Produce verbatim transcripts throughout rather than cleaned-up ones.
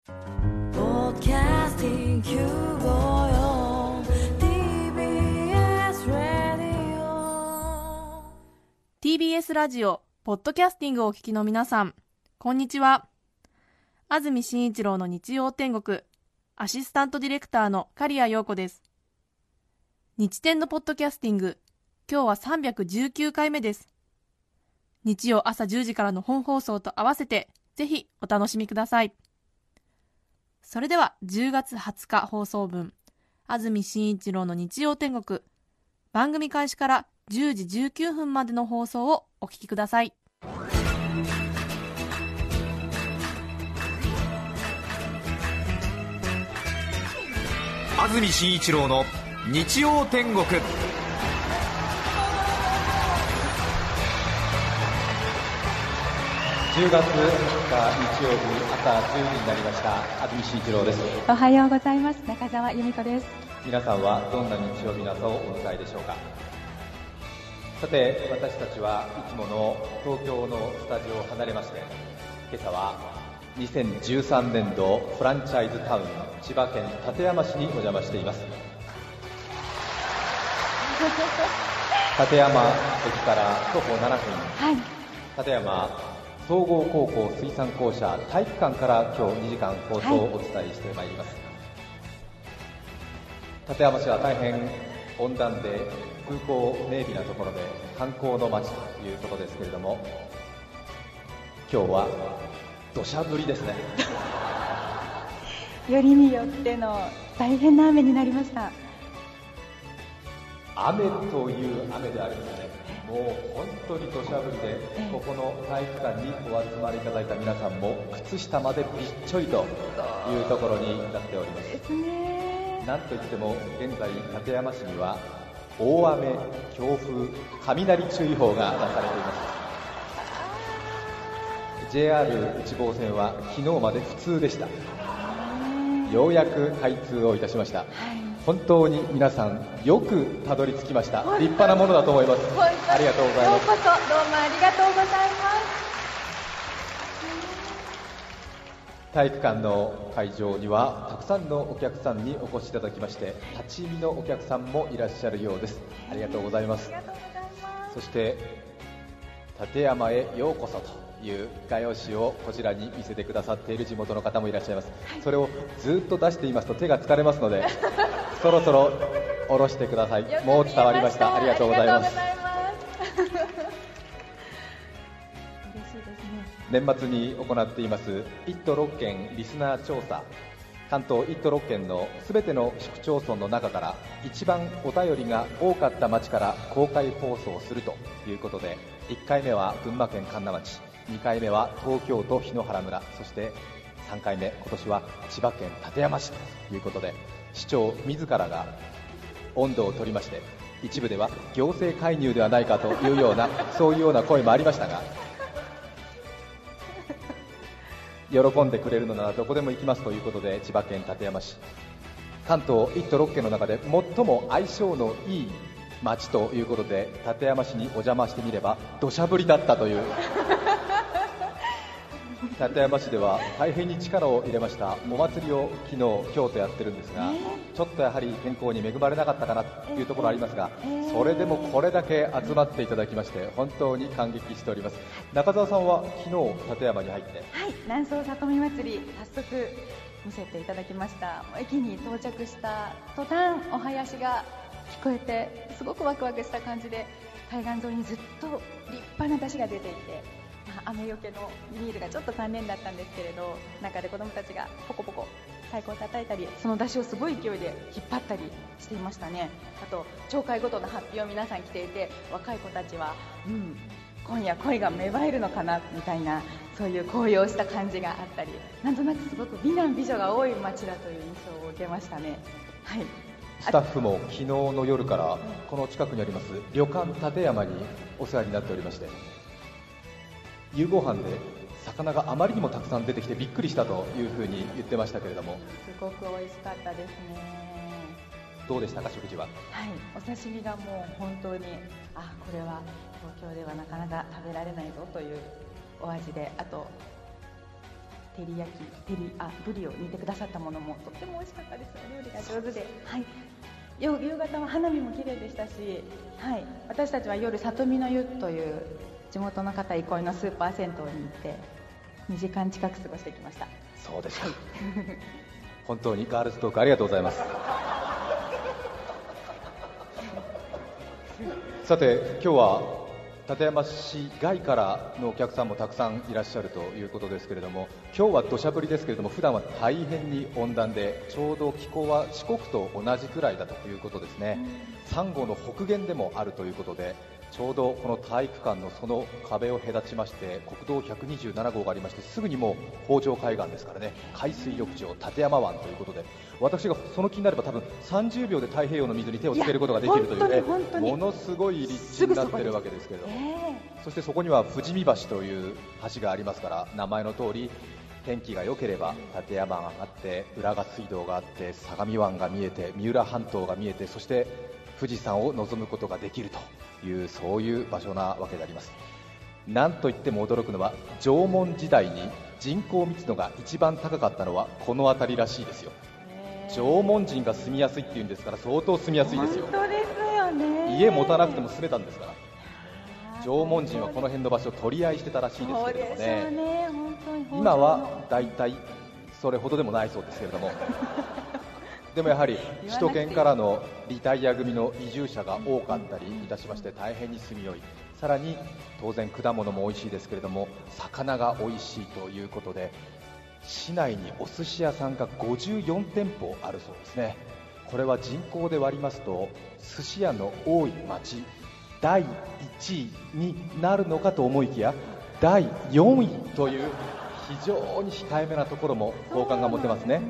Podcasting Cuboティービーエス Radio ティービーエス ラジオポッドキャスティングをお聞きの皆さん、こんにちは。安住紳一郎の日曜天国、アシスタントディレクターの刈谷陽子です。日天のポッドキャスティング、今日はさんびゃくじゅうきゅうかいめです。日曜朝じゅうじからの本放送と合わせてぜひお楽しみください。それではじゅうがつはつか放送分、安住紳一郎の日曜天国、番組開始からじゅうじじゅうきゅうふんまでの放送をお聞きください。 安住紳一郎の日曜天国。 じゅうがつむいか日曜日朝じゅうじになりました。安住紳一郎です。 おはようございます。中澤由美子です。 皆さんはどんな日曜日の朝をお迎えでしょうか。さて、私たちはいつもの東京のスタジオを離れまして、今朝はにせんじゅうさんねんどフランチャイズタウン千葉県館山市にお邪魔しています。館山駅から徒歩ななふん、 はい、 館山総合高校水産校舎体育館から今日にじかん放送をお伝えしてまいります。館、はい、山市は大変温暖で風光明媚なところで観光の街ということですけれども、今日は土砂降りですね。 よりによっての大変な雨になりました。 雨という雨でありますね。もう本当に土砂降りで、ここの体育館にお集まりいただいた皆さんも靴下までびっちょりというところになっております。 ですね。 なんといっても現在館山市には大雨、強風、雷注意報が出されています。 ジェイアール 内房線は昨日まで普通でした。ようやく開通をいたしました。はい、本当に皆さんよくたどり着きました。立派なものだと思います。ありがとうございます。 ようこそどうもありがとうございます。 体育館の会場にはたくさんのお客さんにお越しいただきまして、立ち見のお客さんもいらっしゃるようです。ありがとうございます。そして館山へようこそという画用紙をこちらに見せてくださっている地元の方もいらっしゃいます。それをずっと出していますと手が疲れますのでそろそろ下ろしてください。もう伝わりました。ありがとうございます。年末に行っていますいっ都ろっけんリスナー調査、関東いっ都ろっけんのすべての市区町村の中から一番お便りが多かった町から公開放送するということで、いっかいめは群馬県神流町、にかいめは東京都檜原村、そしてさんかいめ、今年は千葉県館山市ということで、市長自らが温度を取りまして、一部では行政介入ではないかというようなそういうような声もありましたが、喜んでくれるのならどこでも行きますということで、千葉県館山市、関東いっ都ろっけんの中で最も相性のいい町ということで、館山市にお邪魔してみれば土砂降りだったという館山市では大変に力を入れましたお祭りを昨日今日とやってるんですが、ちょっとやはり天候に恵まれなかったかなというところありますが、それでもこれだけ集まっていただきまして本当に感激しております。中澤さんは昨日館山に入って、 はい、南総里見祭り早速見せていただきました。駅に到着した途端お囃子が聞こえて、すごくワクワクした感じで海岸沿いにずっと立派な出汁が出ていて、雨よけのビニールがちょっと残念だったんですけれど、中で子どもたちがポコポコ太鼓を叩いたり、その出汁をすごい勢いで引っ張ったりしていましたね。あと町会ごとの発表を皆さん来ていて、若い子たちは、うん、今夜恋が芽生えるのかなみたいな、そういう高揚した感じがあったり、なんとなくすごく美男美女が多い街だという印象を受けましたね。はい、 スタッフも昨日の夜からこの近くにあります旅館館山にお世話になっておりまして、夕ご飯で魚があまりにもたくさん出てきてびっくりしたというふうに言ってましたけれども、 すごく美味しかったですね。 どうでしたか、食事は。 はい、お刺身がもう本当に、あ、これは東京ではなかなか食べられないぞというお味で、あと照り焼き照りあブリを煮てくださったものもとっても美味しかったです。お料理が上手で、はい、夕夕方は花火も綺麗でしたし、はい、私たちは夜里見の湯という地元の方憩いのスーパー銭湯に行ってにじかん近く過ごしてきました。 そうですか、はい、本当にガールズトークありがとうございます。さて今日は館山市外からのお客さんもたくさんいらっしゃるということですけれども、今日は土砂降りですけれども普段は大変に温暖でちょうど気候は四国と同じくらいだということですね。サンゴの北限でもあるということで、ちょうどこの体育館のその壁を隔ちまして国道ひゃくにじゅうななごうがありまして、すぐにもう北条海岸ですからね、海水浴場立山湾ということで、私がその気になれば多分さんじゅうびょうで太平洋の水に手をつけることができるというね、ものすごい立地になっているわけですけれども、そしてそこには富士見橋という橋がありますから、名前の通り天気が良ければ立山があって浦賀水道があって相模湾が見えて三浦半島が見えて、そして富士山を望むことができるという、そういう場所なわけであります。なんといっても驚くのは、縄文時代に人口密度が一番高かったのはこの辺りらしいですよ。縄文人が住みやすいっていうんですから、相当住みやすいですよ。 本当ですよね。 家持たなくても住めたんですから。縄文人はこの辺の場所を取り合いしてたらしいですけれども ね, ね本当に今はだいたいそれほどでもないそうですけれどもでもやはり首都圏からのリタイア組の移住者が多かったりいたしまして、大変に住みよい。さらに当然果物も美味しいですけれども、魚が美味しいということで、市内にお寿司屋さんがごじゅうよんてんぽあるそうですね。これは人口で割りますと寿司屋の多い町だいいちいになるのかと思いきや、だいよんいという非常に控えめなところも好感が持てますね。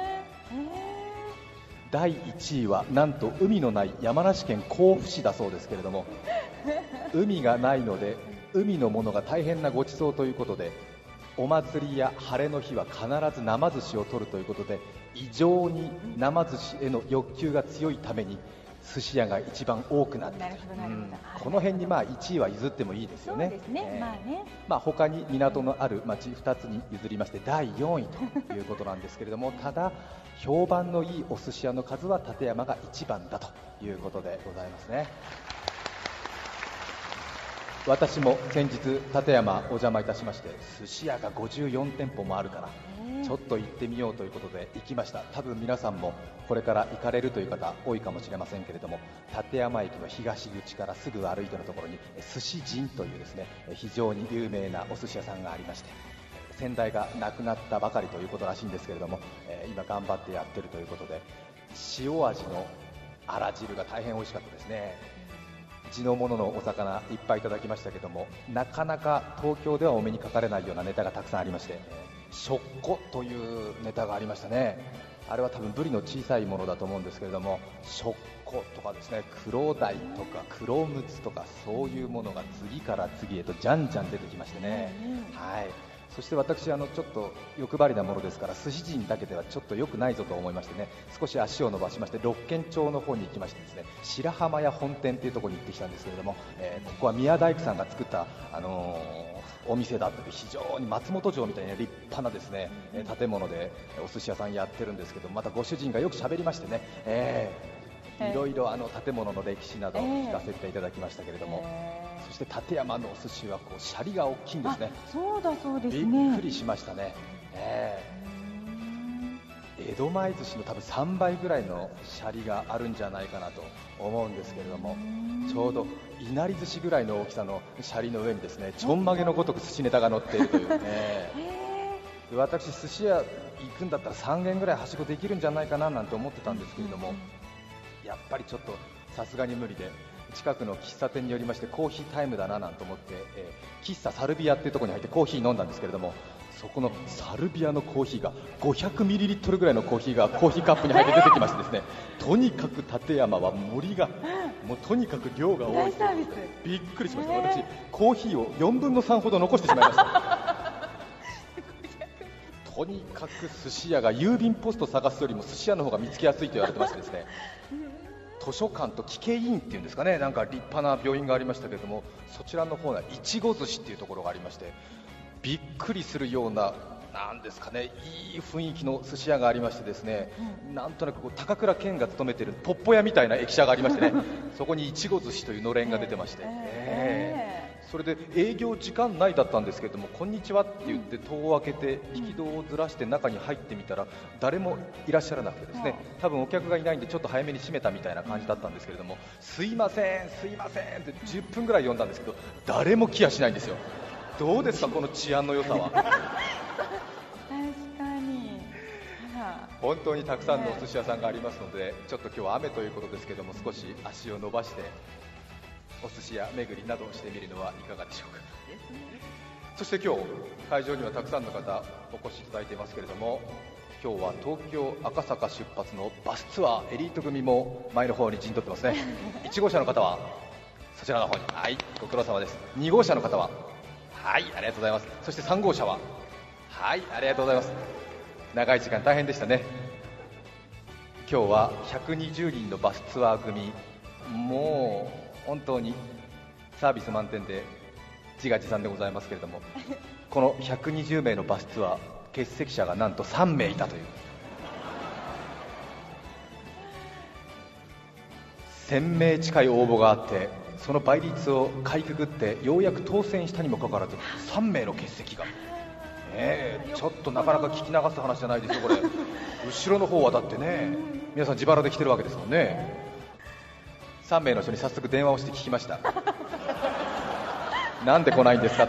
だいいちいはなんと海のない山梨県甲府市だそうですけれども、海がないので海のものが大変なごちそうということで、お祭りや晴れの日は必ず生寿司を取るということで、異常に生寿司への欲求が強いために寿司屋が一番多くなっている。うん、この辺にまあいちいは譲ってもいいですよね。 そうですね、えーまあねまあ、他に港のある町ふたつに譲りましてだいよんいということなんですけれどもただ評判のいいお寿司屋の数は館山が一番だということでございますね。私も先日館山お邪魔いたしまして、寿司屋がごじゅうよんてんぽもあるからちょっと行ってみようということで行きました。多分皆さんもこれから行かれるという方多いかもしれませんけれども、館山駅の東口からすぐ歩いてのところに寿司人というですね非常に有名なお寿司屋さんがありまして、先代が亡くなったばかりということらしいんですけれども、今頑張ってやってるということで、塩味のあら汁が大変美味しかったですね。地のもののお魚いっぱいいただきましたけども、なかなか東京ではお目にかかれないようなネタがたくさんありまして、しょっこというネタがありましたね。あれは多分ブリの小さいものだと思うんですけれども、しょっことかですね、黒鯛とか黒ムツとかそういうものが次から次へとじゃんじゃん出てきましてね、はい、そして私あのちょっと欲張りなものですから、寿司人だけではちょっと良くないぞと思いましてね、少し足を伸ばしまして六軒町の方に行きましてですね、白浜屋本店というところに行ってきたんですけれども、えー、ここは宮大工さんが作った、あのー、お店だったり、非常に松本城みたいな立派なですね、えー、建物でお寿司屋さんやってるんですけど、またご主人がよく喋りましてね、えー、いろいろあの建物の歴史などを聞かせていただきましたけれども、えー、そして館山のお寿司はこうシャリが大きいんですね。 そうだそうですね。 びっくりしましたね、えー、江戸前寿司の多分さんばいぐらいのシャリがあるんじゃないかなと思うんですけれども、ちょうどいなり寿司ぐらいの大きさのシャリの上にですね、ちょんまげのごとく寿司ネタが乗っているというね、えー、私寿司屋行くんだったらさんけんぐらいはしごできるんじゃないかななんて思ってたんですけれども、やっぱりちょっとさすがに無理で、近くの喫茶店によりましてコーヒータイムだななんて思って、えー、喫茶サルビアっていうところに入ってコーヒー飲んだんですけれども、そこのサルビアのコーヒーがごひゃくミリリットルぐらいのコーヒーがコーヒーカップに入って出てきましてですね、とにかく館山は森がもうとにかく量が多い。びっくりしました。私コーヒーをよんぶんのさんほど残してしまいましたとにかく寿司屋が郵便ポスト探すよりも寿司屋の方が見つけやすいと言われてましてですね図書館と奇形院っていうんですかね、なんか立派な病院がありましたけれども、そちらの方がいちご寿司っていうところがありまして、びっくりするようななんですかね、いい雰囲気の寿司屋がありましてですね、なんとなくこう高倉健が勤めているポッポ屋みたいな駅舎がありましてねそこにいちご寿司というのれんが出てまして、えーそれで営業時間内だったんですけれども、こんにちはって言って戸を開けて引き戸をずらして中に入ってみたら誰もいらっしゃらなくてですね、多分お客がいないんでちょっと早めに閉めたみたいな感じだったんですけれども、すいませんすいませんってじゅっぷんぐらい呼んだんですけど、誰も来やしないんですよ。どうですかこの治安の良さは。 確かに。あら、 本当にたくさんのお寿司屋さんがありますので、ちょっと今日は雨ということですけども、少し足を伸ばしてお寿司屋巡りなどしてみるのはいかがでしょうか。そして今日会場にはたくさんの方お越しいただいていますけれども、今日は東京赤坂出発のバスツアーエリート組も前の方に陣取ってますね。いち号車の方はそちらの方に、はい、ご苦労様です。に号車の方は、はい、ありがとうございます。そしてさん号車は、はい、ありがとうございます。長い時間大変でしたね。今日はひゃくにじゅうにんのバスツアー組、もう本当にサービス満点で自画自賛でございますけれども、このひゃくにじゅうめいのバスツアー欠席者がなんとさんめいいたという、せんめい近い応募があって、その倍率をかいくぐってようやく当選したにもかかわらずさんめいの欠席が、ねえ、ちょっとなかなか聞き流す話じゃないですよこれ。後ろの方はだってね、皆さん自腹で来てるわけですもんね。さんめいの人に早速電話をして聞きました。なんで来ないんですかって。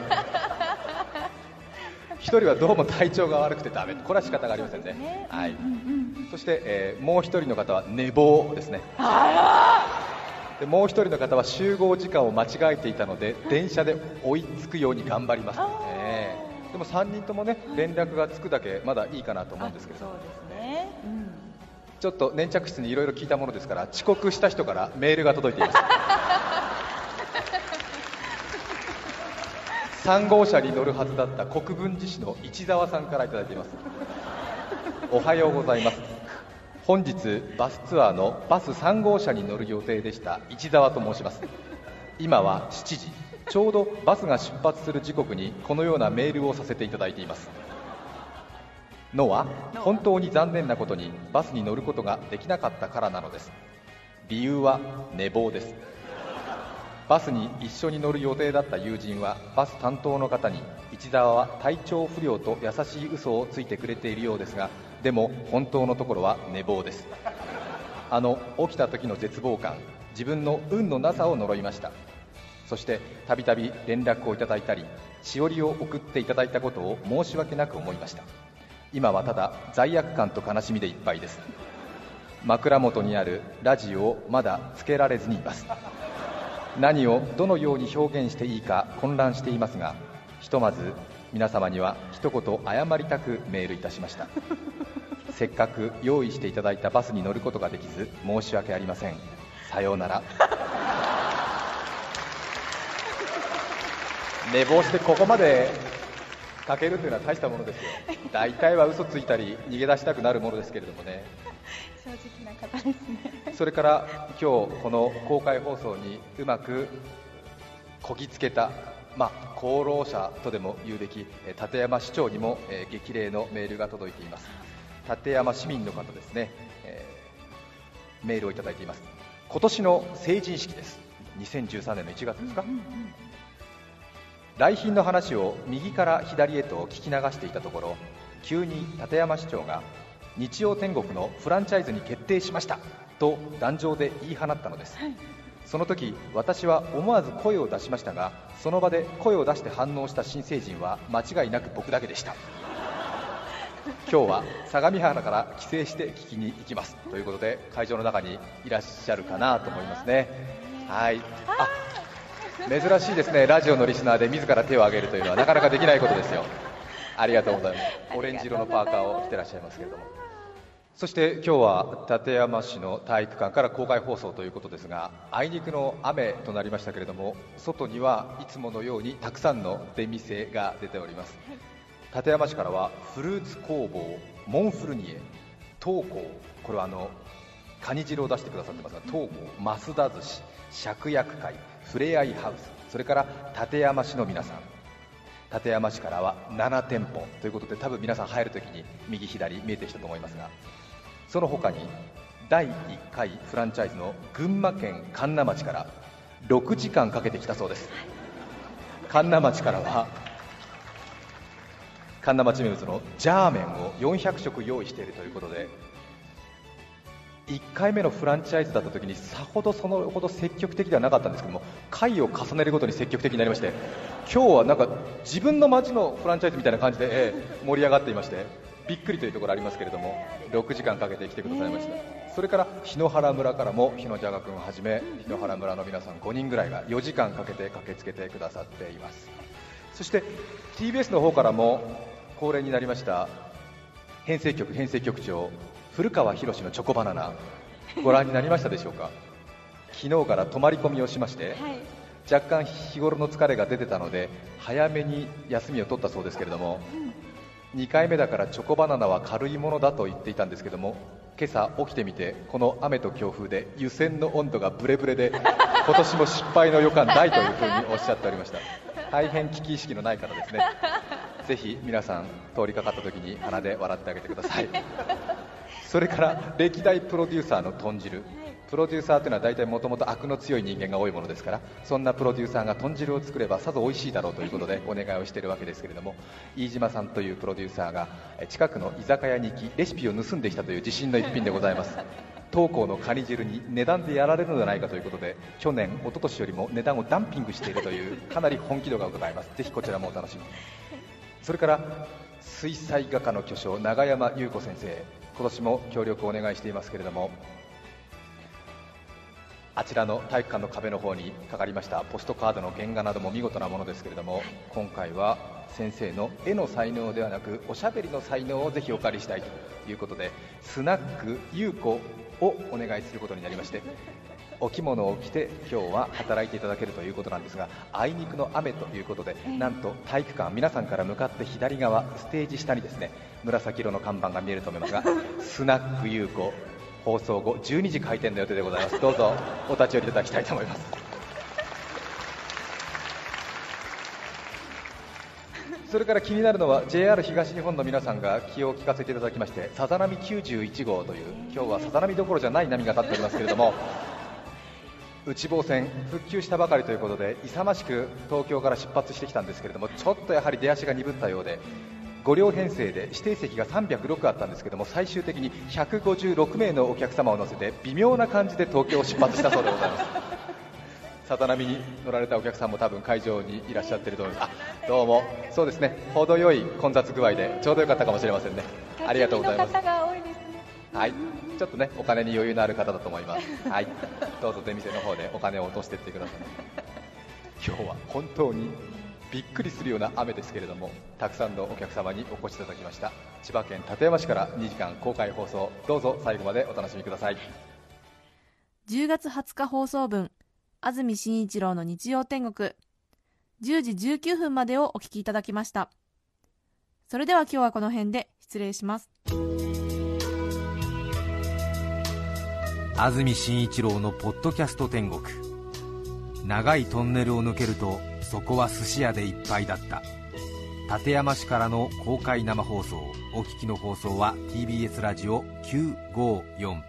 ひとりはどうも体調が悪くてダメ、これは仕方がありませんね。はい、そして、えー、もうひとりの方は寝坊ですね。でもうひとりの方は集合時間を間違えていたので電車で追いつくように頑張ります、ね、でもさんにんともね連絡がつくだけまだいいかなと思うんですけど、 そうですね、うん、 ちょっと粘着質にいろいろ聞いたものですから、遅刻した人からメールが届いていますさん号車に乗るはずだった国分寺市の市澤さんからいただいています。おはようございます。本日バスツアーのバスさん号車に乗る予定でした市澤と申します。今はしちじ、ちょうどバスが出発する時刻にこのようなメールをさせていただいていますのは、本当に残念なことにバスに乗ることができなかったからなのです。理由は寝坊です。バスに一緒に乗る予定だった友人はバス担当の方に、市澤は体調不良と優しい嘘をついてくれているようですが、でも本当のところは寝坊です。あの起きた時の絶望感、自分の運のなさを呪いました。そしてたびたび連絡をいただいたりしおりを送っていただいたことを申し訳なく思いました。今はただ罪悪感と悲しみでいっぱいです。枕元にあるラジオをまだつけられずにいます。何をどのように表現していいか混乱していますが、ひとまず皆様には一言謝りたくメールいたしました。せっかく用意していただいたバスに乗ることができず申し訳ありません。さようなら。寝坊してここまで書けるというのは大したものですよ。大体は嘘ついたり逃げ出したくなるものですけれどもね。 正直な方ですね。 それから今日この公開放送にうまくこぎつけた、まあ、功労者とでも言うべき館山市長にも、えー、激励のメールが届いています。館山市民の方ですね、えー、メールをいただいています。今年の成人式です。にせんじゅうさんねんのいちがつですか、うんうんうん、来賓の話を右から左へと聞き流していたところ、急に館山市長が日曜天国のフランチャイズに決定しましたと壇上で言い放ったのです、はい、その時私は思わず声を出しましたが、その場で声を出して反応した新成人は間違いなく僕だけでした。今日は相模原から帰省して聞きに行きますということで、会場の中にいらっしゃるかなと思いますね。はい、あ、珍しいですね。ラジオのリスナーで自ら手を挙げるというのはなかなかできないことですよ。ありがとうございます。オレンジ色のパーカーを着てらっしゃいますけれども、そして今日は館山市の体育館から公開放送ということですが、あいにくの雨となりましたけれども、外にはいつものようにたくさんの出店が出ております。館山市からはフルーツ工房、モンフルニエ、東光、これはあのカニ汁を出してくださってますが、東光、増田寿司、芍薬会、ふれあいハウス、それから館山市の皆さん、 館山市からはななてんぽということで、多分皆さん入るときに右左見えてきたと思いますが、その他にだいいっかいフランチャイズの群馬県神流町からろくじかんかけてきたそうです。神流町からは神流町名物のジャーメンをよんひゃくしょく用意しているということで、いっかいめのフランチャイズだった時にさほどそのほど積極的ではなかったんですけども、回を重ねるごとに積極的になりまして、今日はなんか自分の町のフランチャイズみたいな感じで、えー、盛り上がっていまして、びっくりというところありますけれども、ろくじかんかけて来てくださいました。それから檜原村からも日野ジャガ君をはじめ檜原村の皆さんごにんぐらいがよじかんかけて駆けつけてくださっています。そして ティービーエス の方からも恒例になりました編成局編成局長古川博のチョコバナナ、ご覧になりましたでしょうか。昨日から泊まり込みをしまして、はい、若干日頃の疲れが出てたので早めに休みを取ったそうですけれども、うん、にかいめだからチョコバナナは軽いものだと言っていたんですけども、今朝起きてみてこの雨と強風で湯煎の温度がブレブレで今年も失敗の予感大というふうにおっしゃっておりました。大変危機意識のない方ですね。ぜひ皆さん通りかかった時に鼻で笑ってあげてください。それから歴代プロデューサーの豚汁、プロデューサーというのは大体もともと悪の強い人間が多いものですから、そんなプロデューサーが豚汁を作ればさぞ美味しいだろうということでお願いをしているわけですけれども、飯島さんというプロデューサーが近くの居酒屋に行きレシピを盗んできたという自信の一品でございます。当校のカニ汁に値段でやられるのではないかということで、去年一昨年よりも値段をダンピングしているというかなり本気度が伺えます。ぜひこちらもお楽しみに。それから水彩画家の巨匠永山優子先生、今年も協力をお願いしていますけれども、あちらの体育館の壁の方にかかりましたポストカードの原画なども見事なものですけれども、今回は先生の絵の才能ではなくおしゃべりの才能をぜひお借りしたいということで、スナック優子をお願いすることになりまして、お着物を着て今日は働いていただけるということなんですが、あいにくの雨ということで、なんと体育館皆さんから向かって左側ステージ下にですね、紫色の看板が見えると思いますがスナック優子、放送後じゅうにじ開店の予定でございます。どうぞお立ち寄りいただきたいと思います。それから気になるのは ジェイアール 東日本の皆さんが気を利かせていただきまして、さざ波きゅうじゅういちごうという、今日はさざ波どころじゃない波が立っておりますけれども、内房線復旧したばかりということで勇ましく東京から出発してきたんですけれども、ちょっとやはり出足が鈍ったようで、ご両編成で指定席がさんびゃくろくあったんですけども、最終的にひゃくごじゅうろくめいのお客様を乗せて微妙な感じで東京を出発したそうでございます。さざ波に乗られたお客さんも多分会場にいらっしゃっていると思います。あ、どうも、そうですね、程よい混雑具合でちょうどよかったかもしれませんね。ありがとうございます。 方が多いですね。 はい、ちょっとねお金に余裕のある方だと思います。はい、どうぞ出店の方でお金を落としていってください。今日は本当にびっくりするような雨ですけれども、たくさんのお客様にお越しいただきました。千葉県館山市からにじかん公開放送、どうぞ最後までお楽しみください。 じゅうがつはつか放送分、安住紳一郎の日曜天国、じゅうじじゅうきゅうふんまでをお聞きいただきました。それでは今日はこの辺で失礼します。 安住紳一郎のポッドキャスト天国。長いトンネルを抜けるとそこは寿司屋でいっぱいだった。館山市からの公開生放送、お聞きの放送は ティービーエス ラジオきゅうごよん。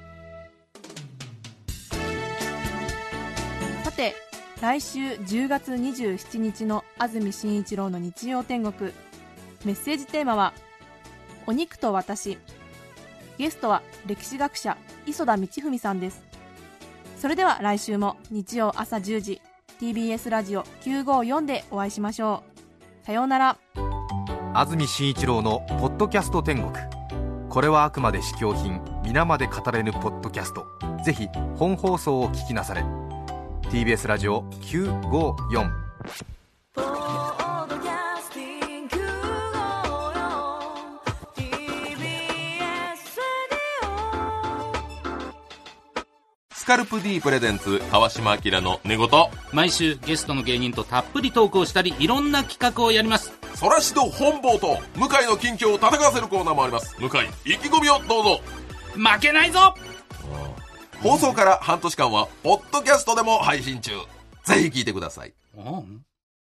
さて、来週じゅうがつにじゅうしちにちの安住紳一郎の日曜天国、メッセージテーマはお肉と私。ゲストは歴史学者磯田道文さんです。それでは来週も日曜朝じゅうじ ティービーエス ラジオきゅうごよんでお会いしましょう。さようなら。 安住紳一郎のポッドキャスト天国。これはあくまで試供品、皆まで語れぬポッドキャスト。ぜひ本放送を聞きなされ。 ティービーエス ラジオきゅうごよん。 スカルプ D プレゼンツ川島明の寝言。 毎週ゲストの芸人とたっぷりトークをしたり、いろんな企画をやります。 そらしど本坊と向井の近況を戦わせるコーナーもあります。向井、意気込みをどうぞ。 負けないぞ。 放送から半年間はポッドキャストでも配信中。ぜひ聞いてください。 うん。